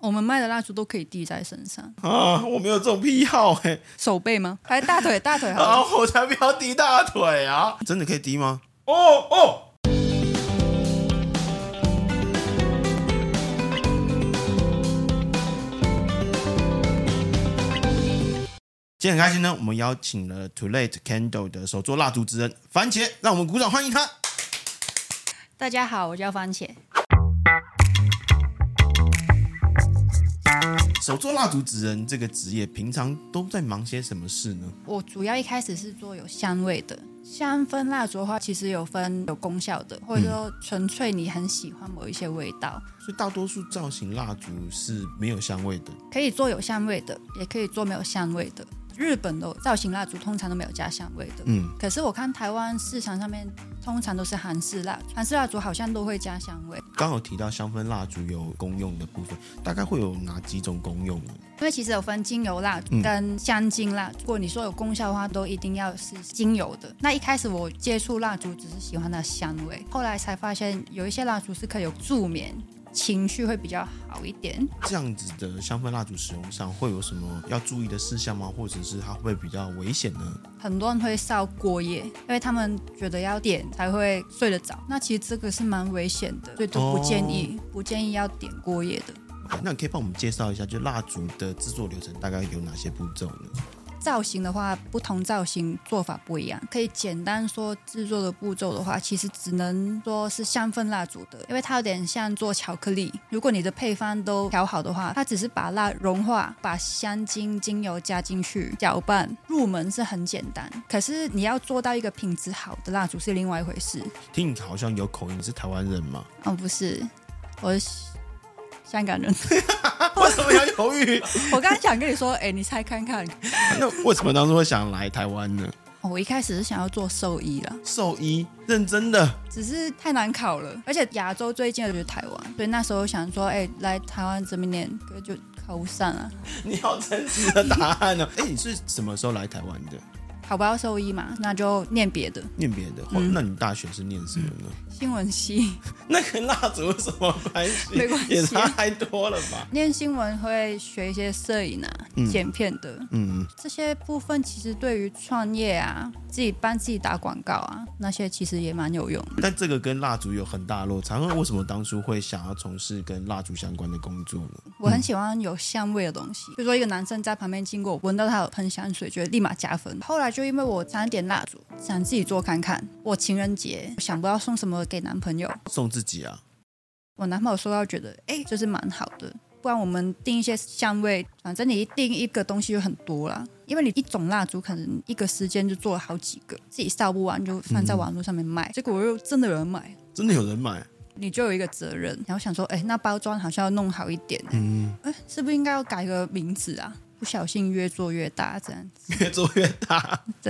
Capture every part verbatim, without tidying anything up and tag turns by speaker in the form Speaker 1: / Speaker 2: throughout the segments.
Speaker 1: 我们卖的蜡烛都可以滴在身上
Speaker 2: 啊，我没有这种癖好哎、欸。
Speaker 1: 手背吗？还是大腿？大腿好了。
Speaker 2: 啊，我才不要滴大腿啊！真的可以滴吗？哦哦。今天很开心呢，我们邀请了 Too Late Candle 的手作蜡烛职人番茄，让我们鼓掌欢迎他。
Speaker 1: 大家好，我叫番茄。
Speaker 2: 手作蜡烛职人这个职业，平常都在忙些什么事呢？
Speaker 1: 我主要一开始是做有香味的，香氛蜡烛的话，其实有分有功效的，或者说纯粹你很喜欢某一些味道。
Speaker 2: 嗯、所以大多数造型蜡烛是没有香味的，
Speaker 1: 可以做有香味的，也可以做没有香味的。日本的造型蜡烛通常都没有加香味的，嗯，可是我看台湾市场上面通常都是韩式蜡烛，韩式蜡烛好像都会加香味。
Speaker 2: 刚好提到香氛蜡烛有功用的部分，大概会有哪几种功用呢？
Speaker 1: 因为其实有分精油蜡烛跟香精蜡烛、嗯、如果你说有功效的话，都一定要是精油的。那一开始我接触蜡烛只是喜欢它的香味，后来才发现有一些蜡烛是可以有助眠，情绪会比较好一点。
Speaker 2: 这样子的香氛蜡烛使用上会有什么要注意的事项吗？或者是它会比较危险呢？
Speaker 1: 很多人会烧过夜，因为他们觉得要点才会睡得着，那其实这个是蛮危险的，所以都不建议、哦、不建议要点过夜的。
Speaker 2: 那你可以帮我们介绍一下，就蜡烛的制作流程大概有哪些步骤呢？
Speaker 1: 造型的话，不同造型做法不一样。可以简单说制作的步骤的话，其实只能说是香氛蜡烛的，因为它有点像做巧克力。如果你的配方都调好的话，它只是把蜡融化，把香精、精油加进去搅拌。入门是很简单，可是你要做到一个品质好的蜡烛是另外一回事。
Speaker 2: 听你好像有口音，你是台湾人吗？
Speaker 1: 哦，不是，我是香港人。
Speaker 2: 为什么要犹豫？
Speaker 1: 我刚才想跟你说，哎，你猜看看。
Speaker 2: 那为什么当初会想来台湾呢？
Speaker 1: 哦、我一开始是想要做兽医啦。
Speaker 2: 兽医？认真的？
Speaker 1: 只是太难考了，而且亚洲最近的就是台湾，所以那时候想说，哎，来台湾这边念，可就考不上啊。
Speaker 2: 你好真实的答案呢、哦？哎，你是什么时候来台湾的？
Speaker 1: 考不到兽医嘛，那就念别的。
Speaker 2: 念别的、嗯，那你大学是念什么呢？
Speaker 1: 新闻系。
Speaker 2: 那跟蜡烛有什么关系？
Speaker 1: 没关系，
Speaker 2: 也差太多了吧。
Speaker 1: 念新闻会学一些摄影啊、嗯、剪片的，嗯，这些部分其实对于创业啊、自己帮自己打广告啊，那些其实也蛮有用的。
Speaker 2: 但这个跟蜡烛有很大的落差，为什么当初会想要从事跟蜡烛相关的工作呢？
Speaker 1: 我很喜欢有香味的东西，比如说一个男生在旁边经过，闻到他有喷香水，觉得立马加分。后来就因为我想点蜡烛，想自己做看看。我情人节想不到送什么给男朋友，
Speaker 2: 送自己啊。
Speaker 1: 我男朋友说要觉得，哎，这是蛮好的。不然我们订一些香味，反正你一订一个东西就很多啦。因为你一种蜡烛可能一个时间就做了好几个，自己烧不完就放在网络上面卖，嗯、结果又真的有人买，
Speaker 2: 真的有人买。
Speaker 1: 你就有一个责任，然后想说，哎，那包装好像要弄好一点，嗯，哎，是不是应该要改个名字啊？不小心越做越大，这样子。
Speaker 2: 越做越大。
Speaker 1: 对。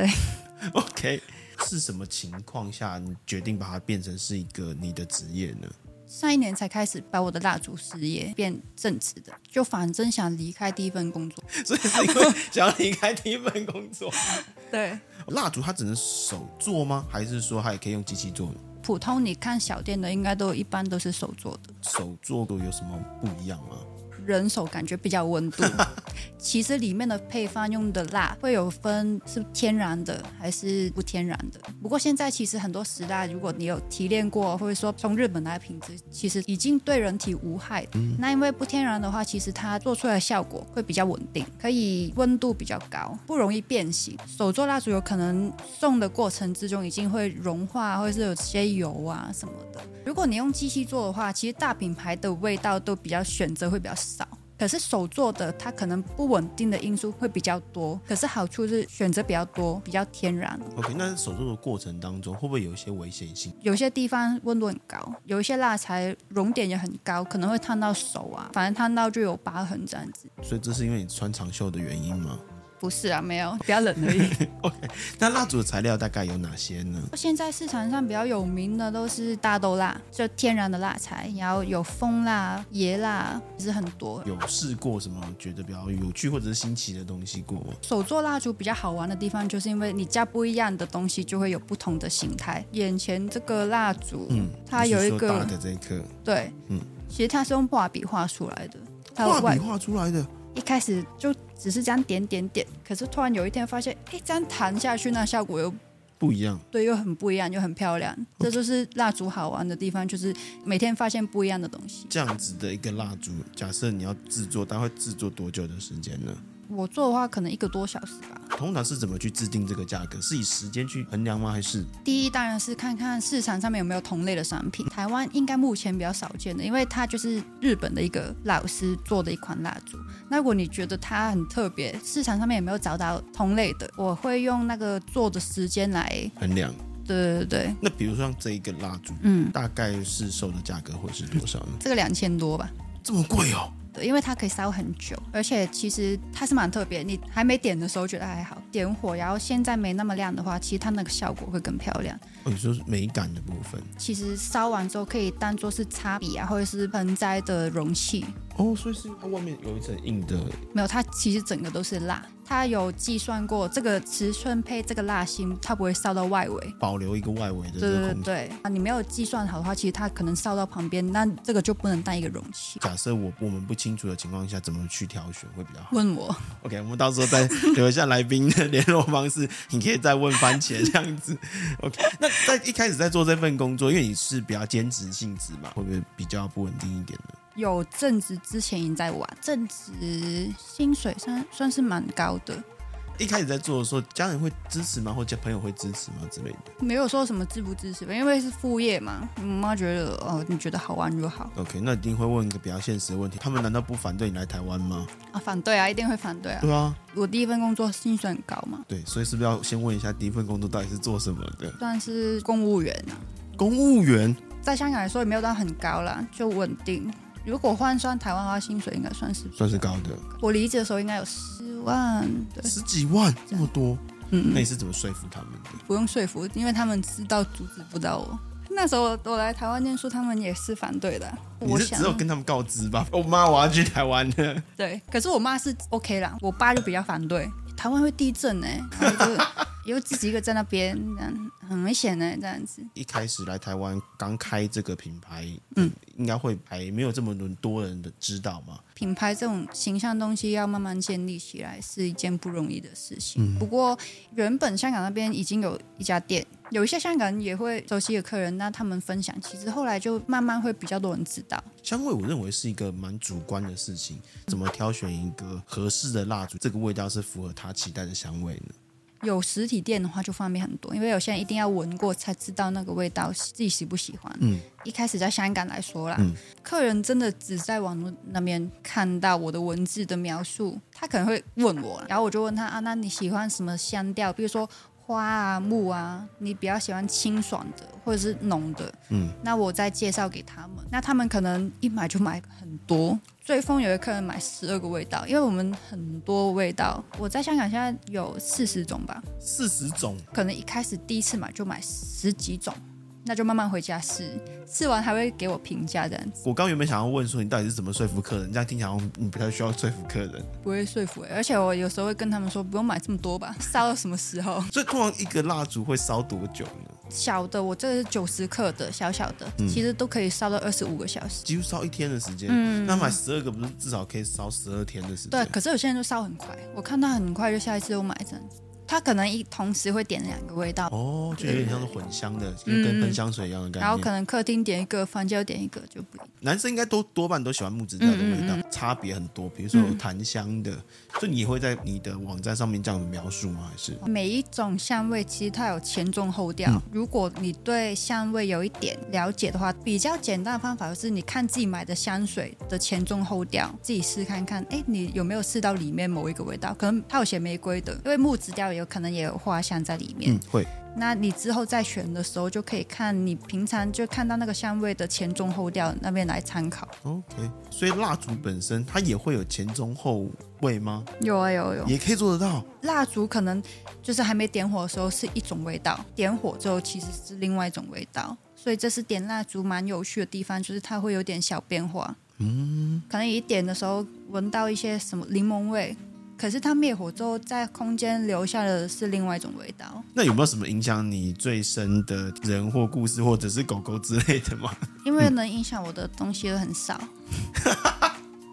Speaker 2: OK， 是什么情况下你决定把它变成是一个你的职业呢？
Speaker 1: 上一年才开始把我的蜡烛事业变正职的，就反正想离开第一份工作，
Speaker 2: 所以是因为想要离开第一份工作。
Speaker 1: 对，
Speaker 2: 蜡烛它只能手做吗？还是说它也可以用机器做呢？
Speaker 1: 普通你看小店的应该都一般都是手做的。
Speaker 2: 手做的有什么不一样吗？
Speaker 1: 人手感觉比较温度。其实里面的配方用的蜡会有分是天然的还是不天然的，不过现在其实很多石蜡如果你有提炼过，或者说从日本来的品质其实已经对人体无害的、嗯、那因为不天然的话，其实它做出来的效果会比较稳定，可以温度比较高，不容易变形。手做蜡烛有可能送的过程之中已经会融化，或者是有些油啊什么的。如果你用机器做的话，其实大品牌的味道都比较选择会比较少，可是手做的它可能不稳定的因素会比较多，可是好处是选择比较多，比较天然。
Speaker 2: OK， 那手做的过程当中会不会有一些危险性？
Speaker 1: 有些地方温度很高，有一些蜡材熔点也很高，可能会烫到手啊，反正烫到就有疤痕这样子。
Speaker 2: 所以这是因为你穿长袖的原因吗？
Speaker 1: 不是啊，没有，比较冷而已。
Speaker 2: OK， 那蜡烛的材料大概有哪些呢？
Speaker 1: 现在市场上比较有名的都是大豆蜡，就天然的蜡材，然后有蜂蜡、椰蜡，其实很多。
Speaker 2: 有试过什么觉得比较有趣或者是新奇的东西过吗？
Speaker 1: 手做蜡烛比较好玩的地方，就是因为你加不一样的东西，就会有不同的形态。眼前这个蜡烛，嗯，它有一个
Speaker 2: 大的这一颗，
Speaker 1: 对，嗯，其实它是用画笔画出来的。 它
Speaker 2: 画笔画出来的。
Speaker 1: 一开始就只是这样点点点，可是突然有一天发现，哎，这样弹下去那效果又
Speaker 2: 不一样，
Speaker 1: 对，又很不一样，又很漂亮。Okay. 这就是蜡烛好玩的地方，就是每天发现不一样的东西。
Speaker 2: 这样子的一个蜡烛，假设你要制作，大概会制作多久的时间呢？
Speaker 1: 我做的话可能一个多小时吧。
Speaker 2: 通常是怎么去制定这个价格？是以时间去衡量吗？还是
Speaker 1: 第一当然是看看市场上面有没有同类的商品。台湾应该目前比较少见的，因为它就是日本的一个老师做的一款蜡烛。那如果你觉得它很特别，市场上面有没有找到同类的，我会用那个做的时间来
Speaker 2: 衡量。
Speaker 1: 对对对。
Speaker 2: 那比如说像这一个蜡烛，
Speaker 1: 嗯，
Speaker 2: 大概是售的价格会是多少呢？
Speaker 1: 这个两千多吧。
Speaker 2: 这么贵哦？
Speaker 1: 因为它可以烧很久，而且其实它是蛮特别，你还没点的时候觉得还好，点火然后现在没那么亮的话，其实它那个效果会更漂亮。
Speaker 2: 哦，你说是美感的部分，
Speaker 1: 其实烧完之后可以当做是擦笔啊，或者是盆栽的容器。
Speaker 2: 哦，所以是它外面有一层硬的？
Speaker 1: 没有，它其实整个都是蜡。它有计算过这个尺寸配这个蜡芯，它不会烧到外围，
Speaker 2: 保留一个外围的这个空间。
Speaker 1: 对对对，啊，你没有计算好的话，其实它可能烧到旁边，那这个就不能当一个容器。
Speaker 2: 假设我我们不清楚的情况下，怎么去挑选会比较好？
Speaker 1: 问我。
Speaker 2: OK， 我们到时候再留下来宾的联络方式，你可以再问番茄这样子。OK， 那在一开始在做这份工作，因为你是比较兼职性质嘛，会不会比较不稳定一点呢？
Speaker 1: 有正职之前已经在玩，正职薪水算算是蛮高的。
Speaker 2: 一开始在做的时候，家人会支持吗？或者朋友会支持吗之类的？
Speaker 1: 没有说什么支不支持吧，因为是副业嘛。我妈觉得哦，你觉得好玩就好。
Speaker 2: OK， 那一定会问一个比较现实的问题：他们难道不反对你来台湾吗？
Speaker 1: 啊，反对啊，一定会反对啊。
Speaker 2: 对啊，
Speaker 1: 我第一份工作薪水很高嘛。
Speaker 2: 对，所以是不是要先问一下第一份工作到底是做什么的？
Speaker 1: 算是公务员啊。
Speaker 2: 公务员
Speaker 1: 在香港来说也没有到很高啦，就稳定。如果换算台湾的话，薪水应该算是
Speaker 2: 算是高的。
Speaker 1: 我离职的时候应该有十万，对，
Speaker 2: 十几万，这么多。
Speaker 1: 嗯，
Speaker 2: 那你是怎么说服他们的？
Speaker 1: 不用说服，因为他们知道阻止不到我。那时候我来台湾念书，他们也是反对的。
Speaker 2: 你是只有跟他们告知吧？我妈我要去台湾了。
Speaker 1: 对，可是我妈是 OK 啦，我爸就比较反对。台湾会地震呢、欸，然后就又自己一个在那边，很危险呢、欸，这样子。
Speaker 2: 一开始来台湾刚开这个品牌，嗯，应该会还没有这么多人的知道嘛。
Speaker 1: 品牌这种形象东西要慢慢建立起来是一件不容易的事情。嗯、不过原本香港那边已经有一家店，有一些香港人也会熟悉的客人，那他们分享，其实后来就慢慢会比较多人知道。
Speaker 2: 香味我认为是一个蛮主观的事情，怎么挑选一个合适的蜡烛，这个味道是符合他期待的香味呢？
Speaker 1: 有实体店的话就方便很多，因为有些人一定要闻过才知道那个味道自己喜不喜欢。嗯，一开始在香港来说啦，嗯、客人真的只在网络那边看到我的文字的描述，他可能会问我，然后我就问他啊，那你喜欢什么香调？比如说花啊、木啊，你比较喜欢清爽的或者是浓的，嗯，那我再介绍给他们，那他们可能一买就买很多。最疯有一个客人买十二个味道，因为我们很多味道，我在香港现在有四十种吧，
Speaker 2: 四十种，
Speaker 1: 可能一开始第一次买就买十几种。那就慢慢回家试，试完还会给我评价这样子。
Speaker 2: 我刚原本想要问说你到底是怎么说服客人，这样听起来你不太需要说服客人。
Speaker 1: 不会说服、欸，而且我有时候会跟他们说不用买这么多吧，烧到什么时候？
Speaker 2: 所以通常一个蜡烛会烧多久呢？
Speaker 1: 小的我这个是九十克的小小的、嗯，其实都可以烧到二十五个小时，
Speaker 2: 几乎烧一天的时间。嗯，那买十二个不是至少可以烧十二天的时间？
Speaker 1: 对，可是有些人就烧很快，我看他很快就下一次又买这样子。他可能一同时会点两个味道
Speaker 2: 哦，就有点像是混香的，跟跟喷香水一样的概念、嗯。
Speaker 1: 然后可能客厅点一个，房间点一个就不一样。
Speaker 2: 男生应该都多半都喜欢木质调的味道，嗯嗯嗯差别很多。比如说有檀香的，嗯、所以你会在你的网站上面这样描述吗？还是
Speaker 1: 每一种香味其实它有前中后调、嗯。如果你对香味有一点了解的话，比较简单的方法就是你看自己买的香水的前中后调，自己试看看，哎，你有没有试到里面某一个味道？可能它有写玫瑰的，因为木质调有可能也有花香在里面。
Speaker 2: 嗯，会。
Speaker 1: 那你之后再选的时候，就可以看你平常就看到那个香味的前中后调那边来参考。
Speaker 2: OK， 所以蜡烛本身它也会有前中后味吗？
Speaker 1: 有啊，有有，
Speaker 2: 也可以做得到。
Speaker 1: 蜡烛可能就是还没点火的时候是一种味道，点火之后其实是另外一种味道，所以这是点蜡烛蛮有趣的地方，就是它会有点小变化。嗯，可能一点的时候闻到一些什么柠檬味。可是它灭火之后，在空间留下的是另外一种味道。
Speaker 2: 那有没有什么影响你最深的人或故事，或者是狗狗之类的吗？
Speaker 1: 因为能影响我的东西都很少。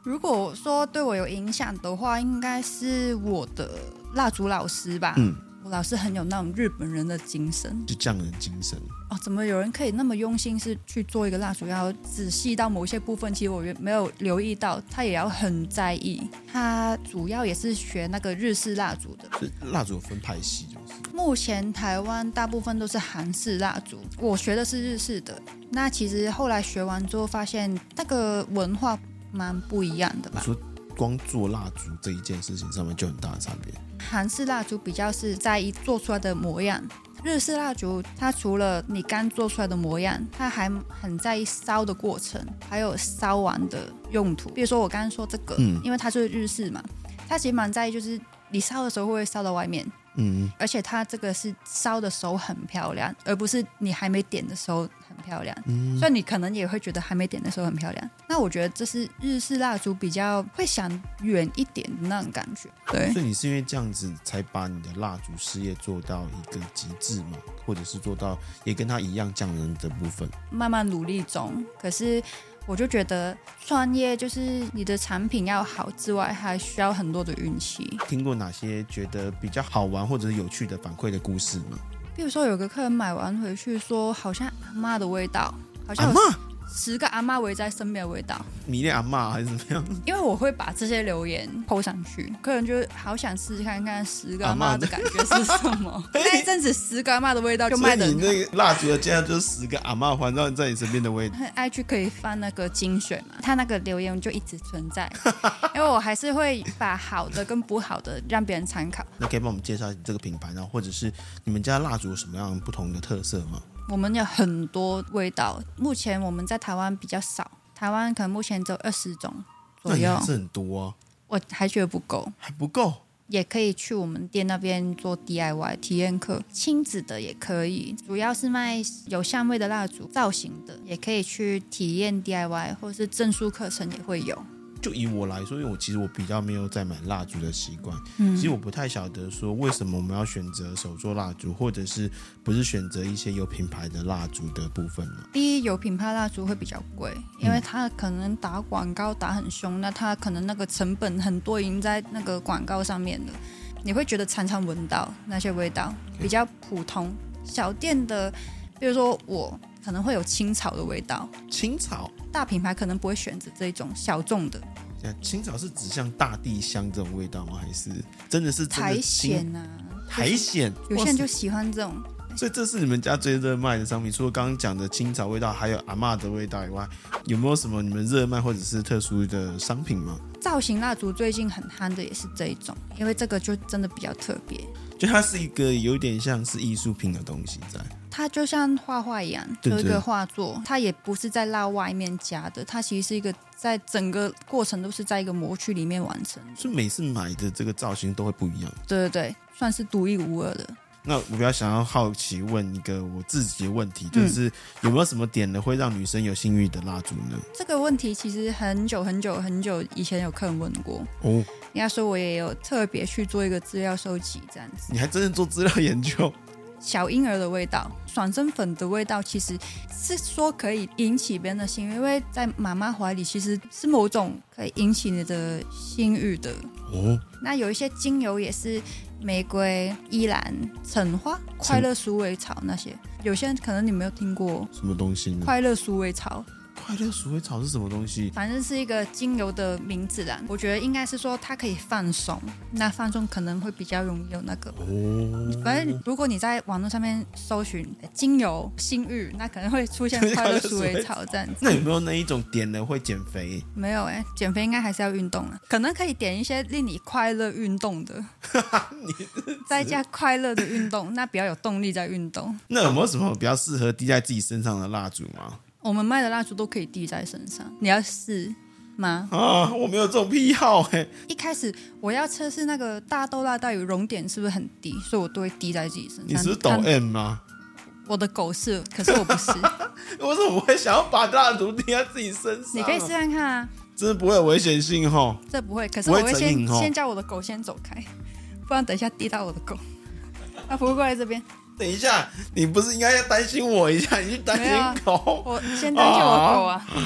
Speaker 1: 如果说对我有影响的话，应该是我的蜡烛老师吧。
Speaker 2: 嗯，
Speaker 1: 我老师很有那种日本人的精神，
Speaker 2: 就匠人精神
Speaker 1: 哦。怎么有人可以那么用心，是去做一个蜡烛，要仔细到某些部分，其实我没有留意到，他也要很在意。他主要也是学那个日式蜡烛的，
Speaker 2: 是蜡烛有分派系就是。
Speaker 1: 目前台湾大部分都是韩式蜡烛，我学的是日式的。那其实后来学完之后，发现那个文化蛮不一样的吧。
Speaker 2: 你说光做蜡烛这一件事情上面就很大的差别。
Speaker 1: 韩式蜡烛比较是在意做出来的模样，日式蜡烛它除了你刚做出来的模样，它还很在意烧的过程，还有烧完的用途。比如说我刚刚说这个、嗯、因为它是日式嘛，它其实蛮在意就是你烧的时候会不会烧到外面，嗯，而且它这个是烧的时候很漂亮，而不是你还没点的时候很漂亮，嗯，所以你可能也会觉得还没点的时候很漂亮。那我觉得这是日式蜡烛比较会想远一点的那种感觉。对，
Speaker 2: 所以你是因为这样子才把你的蜡烛事业做到一个极致嘛，或者是做到也跟他一样匠人的部分？慢
Speaker 1: 慢努力中，可是我就觉得创业就是你的产品要好之外，还需要很多的运气。
Speaker 2: 听过哪些觉得比较好玩或者是有趣的反馈的故事吗？
Speaker 1: 比如说有个客人买完回去说好像阿嬷的味道，好像有十个阿嬷围在身边的味道，
Speaker 2: 迷恋阿嬷还是怎么样？
Speaker 1: 因为我会把这些留言 po 上去，客人就好想试试看看十个阿嬷的感觉是什么。那一阵子十个阿嬷的味道就卖的很好。
Speaker 2: 所以你那个蜡烛的价就是十个阿嬷环绕在你身边的味道。
Speaker 1: I G 可以放那个精选嘛，他那个留言就一直存在，因为我还是会把好的跟不好的让别人参考。
Speaker 2: 那可以帮我们介绍这个品牌，然后或者是你们家蜡烛有什么样不同的特色吗？
Speaker 1: 我们有很多味道，目前我们在台湾比较少，台湾可能目前只有二十种左右。
Speaker 2: 那也是很多啊，
Speaker 1: 我还觉得不够，
Speaker 2: 还不够。
Speaker 1: 也可以去我们店那边做 D I Y 体验课，亲子的也可以，主要是卖有香味的蜡烛，造型的也可以去体验 D I Y， 或是证书课程也会有。
Speaker 2: 就以我来说，因为我其实我比较没有在买蜡烛的习惯、嗯、其实我不太晓得说为什么我们要选择手做蜡烛，或者是不是选择一些有品牌的蜡烛的部分呢？
Speaker 1: 第一，有品牌蜡烛会比较贵，因为它可能打广告打很凶、嗯、那它可能那个成本很多已经在那个广告上面了，你会觉得常常闻到那些味道。比较普通小店的，比如说我可能会有青草的味道。
Speaker 2: 青草？
Speaker 1: 大品牌可能不会选择这种小众的。
Speaker 2: 青草是指像大地香这种味道吗？还是真的是真的
Speaker 1: 苔藓啊？
Speaker 2: 苔藓，
Speaker 1: 有些人就喜欢这种。
Speaker 2: 所以这是你们家最热卖的商品，除了刚刚讲的青草味道，还有阿嬷的味道以外，有没有什么你们热卖或者是特殊的商品吗？
Speaker 1: 造型蜡烛最近很夯的也是这一种，因为这个就真的比较特别，
Speaker 2: 就它是一个有点像是艺术品的东西在。
Speaker 1: 它就像画画一样，就一个画作，它也不是在蜡外面加的，它其实是一个在整个过程都是在一个模具里面完成的，
Speaker 2: 所以每次买的这个造型都会不一样。
Speaker 1: 对对对，算是独一无二的。
Speaker 2: 那我比较想要好奇问一个我自己的问题，就是有没有什么点呢会让女生有性欲的蜡烛呢？
Speaker 1: 这个问题其实很久很久很久以前有客人问过哦，人家说我也有特别去做一个资料收集这样子。
Speaker 2: 你还真的做资料研究？
Speaker 1: 小婴儿的味道，爽身粉的味道，其实是说可以引起别人的性欲，因为在妈妈怀里其实是某种可以引起你的性欲的哦。那有一些精油也是玫瑰、依兰、橙花、快乐鼠尾草那些，有些人可能你没有听过
Speaker 2: 什么东西呢？
Speaker 1: 快乐鼠尾草。
Speaker 2: 快乐鼠尾草是什么东西？
Speaker 1: 反正是一个精油的名字啦。我觉得应该是说它可以放松，那放松可能会比较容易有那个哦。反正如果你在网络上面搜寻精油性欲，那可能会出现快乐鼠尾草这样子。
Speaker 2: 那有没有那一种点了会减肥？
Speaker 1: 没有哎、欸，减肥应该还是要运动啊。可能可以点一些令你快乐运动的，再加快乐的运动，那比较有动力在运动。
Speaker 2: 那有没有什么比较适合滴在自己身上的蜡烛吗？
Speaker 1: 我们卖的蜡烛都可以滴在身上，你要试吗？
Speaker 2: 啊，我没有这种癖好哎、欸。
Speaker 1: 一开始我要测试那个大豆蜡到底熔点是不是很低，所以我都会滴在自己身上。
Speaker 2: 你是抖 M 吗？
Speaker 1: 我的狗是，可是我不是。
Speaker 2: 为什么会想要把蜡烛滴在自己身上、啊？
Speaker 1: 你可以试看看啊。
Speaker 2: 真的不会有危险性齁？
Speaker 1: 这不会，可是我会先先叫我的狗先走开，不然等一下滴到我的狗。它不会过来这边。
Speaker 2: 等一下，你不是应该要担心我一下？你去担心狗？
Speaker 1: 我先担心我的狗啊，啊因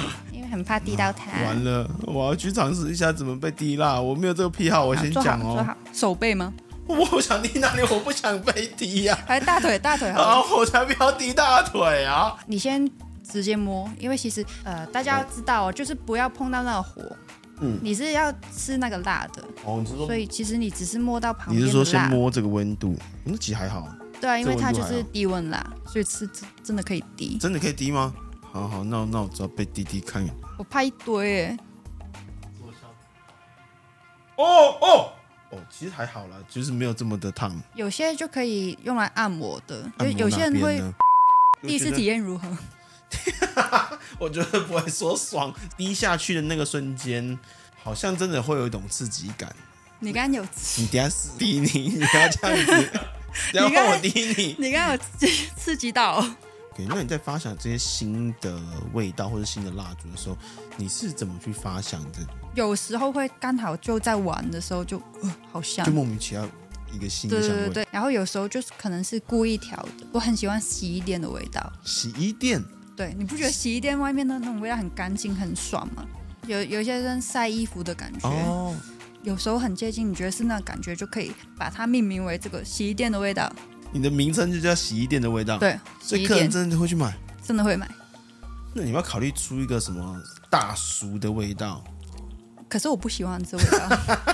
Speaker 1: 很怕滴到它。
Speaker 2: 完了，我要去尝试一下怎么被滴蜡。我没有这个癖好，我先讲哦。
Speaker 1: 做好，手背吗？
Speaker 2: 我不想滴哪里，我不想被滴呀、啊。
Speaker 1: 还大腿，大腿好。
Speaker 2: 啊，我才不要滴大腿啊！
Speaker 1: 你先直接摸，因为其实呃，大家要知道哦，就是不要碰到那个火。嗯，你是要吃那个辣的哦，你是说，所以其实你只是摸到旁边的辣。
Speaker 2: 你是说先摸这个温度？那其实还好。
Speaker 1: 对啊，因为它就是低温辣，所以是真的可以滴。
Speaker 2: 真的可以滴吗？好好，那那我只要被滴滴看。
Speaker 1: 我怕一堆耶。
Speaker 2: 哦哦哦，其实还好啦，就是没有这么的烫。
Speaker 1: 有些就可以用来按摩的，就有些人会。第一次体验如何？
Speaker 2: 我觉得不会说爽，滴下去的那个瞬间，好像真的会有一种刺激感。
Speaker 1: 你刚刚有，
Speaker 2: 你等下死滴你，你不要这样子，等下换我滴你。
Speaker 1: 你刚刚有刺激到、哦。
Speaker 2: Okay, 那你在发想这些新的味道或者新的蜡烛的时候，你是怎么去发想的？
Speaker 1: 有时候会刚好就在玩的时候就，呃，好香，
Speaker 2: 就莫名其妙一个新的香味。
Speaker 1: 对对对，然后有时候就是可能是故意调的。我很喜欢洗衣店的味道。
Speaker 2: 洗衣店？
Speaker 1: 对，你不觉得洗衣店外面的那种味道很干净、很爽吗？有有些人晒衣服的感觉。哦。有时候很接近，你觉得是那感觉，就可以把它命名为这个洗衣店的味道。
Speaker 2: 你的名称就叫洗衣店的味道。
Speaker 1: 对，
Speaker 2: 所以客人真的会去买，
Speaker 1: 真的会买。
Speaker 2: 那你要考虑出一个什么大叔的味道？
Speaker 1: 可是我不喜欢这味道，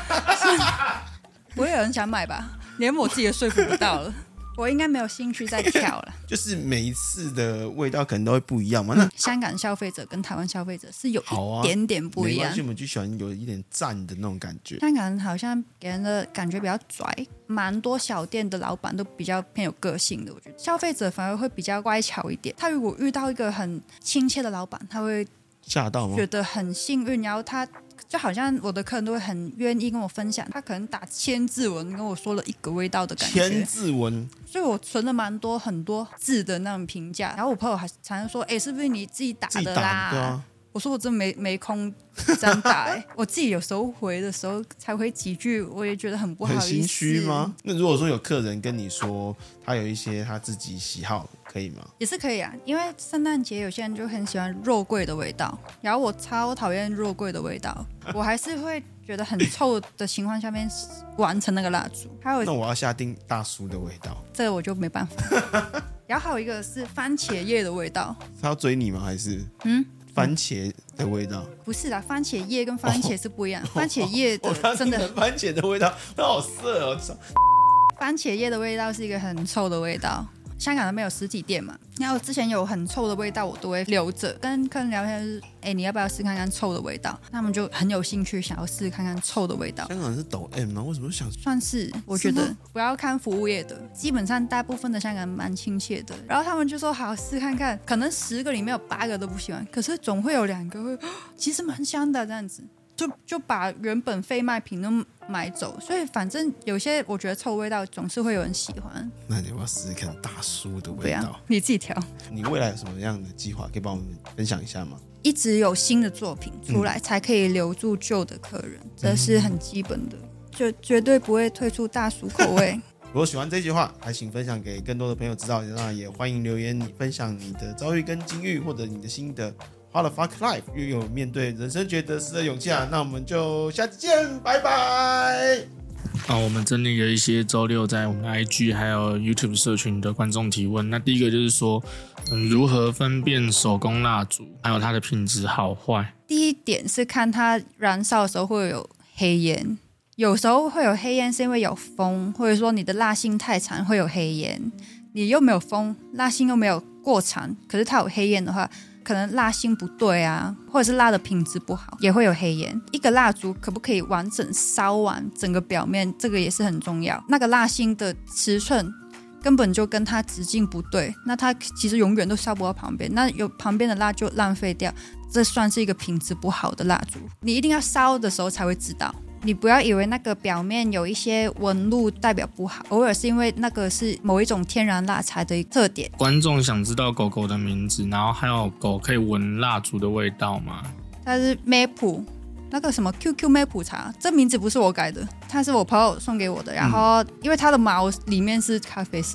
Speaker 1: 不会有人想买吧？连我自己都说服不到了。我应该没有兴趣再挑了。
Speaker 2: 就是每一次的味道可能都会不一样嘛。
Speaker 1: 那、嗯、香港消费者跟台湾消费者是有一点点不一样。
Speaker 2: 没关系，我们就喜欢有一点赞的那种感觉。
Speaker 1: 香港人好像给人的感觉比较拽，蛮多小店的老板都比较偏有个性的。我觉得消费者反而会比较乖巧一点。他如果遇到一个很亲切的老板，他会
Speaker 2: 吓到吗？
Speaker 1: 觉得很幸运，然后他。就好像我的客人都会很愿意跟我分享，他可能打千字文跟我说了一个味道的感觉。
Speaker 2: 千字文，
Speaker 1: 所以我存了蛮多很多字的那种评价。然后我朋友还常常说：“哎、欸，是不是你自己打的啦？”
Speaker 2: 对啊。
Speaker 1: 我说我真没没空这样打、欸，我自己有时候回的时候才回几句，我也觉得很不好意思。
Speaker 2: 很心虚吗？那如果说有客人跟你说他有一些他自己喜好，可以吗？
Speaker 1: 也是可以啊，因为圣诞节有些人就很喜欢肉桂的味道，然后我超讨厌肉桂的味道，我还是会觉得很臭的情况下面完成那个蜡烛。还有，
Speaker 2: 那我要下定大叔的味道，
Speaker 1: 这个我就没办法。然后还有一个是番茄叶的味道，
Speaker 2: 他要追你吗？还是嗯？番茄的味道
Speaker 1: 不是啦，番茄叶跟番茄是不一样。哦、番茄叶的真的
Speaker 2: 番茄的味道，那好色哦！
Speaker 1: 番茄叶的味道是一个很臭的味道。香港那边有实体店嘛，然后之前有很臭的味道，我都会留着跟客人聊天，就是哎，你要不要试看看臭的味道？他们就很有兴趣想要试看看臭的味道。
Speaker 2: 香港人是抖 M 吗？为什么想？
Speaker 1: 算是，我觉得不要看服务业的，基本上大部分的香港人蛮亲切的。然后他们就说好试看看，可能十个里面有八个都不喜欢，可是总会有两个会，其实蛮香的这样子。就就把原本非卖品都买走，所以反正有些我觉得臭味道总是会有人喜欢。
Speaker 2: 那你要不要试试看大叔的味道？
Speaker 1: 啊、你自己调。
Speaker 2: 你未来有什么样的计划可以帮我们分享一下吗？
Speaker 1: 一直有新的作品出来，嗯、才可以留住旧的客人，这是很基本的，就绝对不会退出大叔口味。
Speaker 2: 如果喜欢这句话，还请分享给更多的朋友知道。那也欢迎留言你分享你的遭遇跟境遇，或者你的心得。What the fuck life， 拥有面对人生抉择时的勇气啊！那我们就下次见，拜拜。
Speaker 3: 好，我们整理了一些周六在我们的 I G 还有 YouTube 社群的观众提问。那第一个就是说，嗯，如何分辨手工蜡烛，还有它的品质好坏？
Speaker 1: 第一点是看它燃烧的时候会有黑烟，有时候会有黑烟是因为有风，或者说你的蜡性太长会有黑烟。你又没有风，蜡性又没有过长，可是它有黑烟的话。可能蜡性不对啊，或者是蜡的品质不好，也会有黑烟。一个蜡烛可不可以完整烧完整个表面，这个也是很重要。那个蜡芯的尺寸根本就跟它直径不对，那它其实永远都烧不到旁边，那有旁边的蜡就浪费掉，这算是一个品质不好的蜡烛。你一定要烧的时候才会知道。你不要以为那个表面有一些纹路代表不好，偶尔是因为那个是某一种天然蜡材的特点。
Speaker 3: 观众想知道狗狗的名字，然后还有狗可以闻蜡烛的味道吗？
Speaker 1: 它是 Maple， 那个什么 Q Q Maple 茶，这名字不是我改的，它是我朋友送给我的。然后因为它的毛里面是咖啡色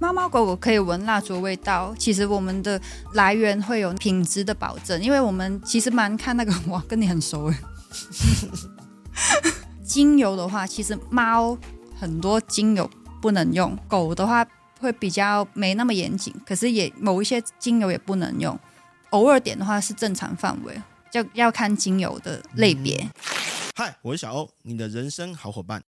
Speaker 1: 猫猫狗狗可以闻蜡烛味道，其实我们的来源会有品质的保证，因为我们其实蛮看那个，哇，跟你很熟耶精油的话，其实猫很多精油不能用，狗的话会比较没那么严谨，可是也某一些精油也不能用，偶尔点的话是正常范围，就要看精油的类别。
Speaker 2: 嗨，我是小欧，你的人生好伙伴。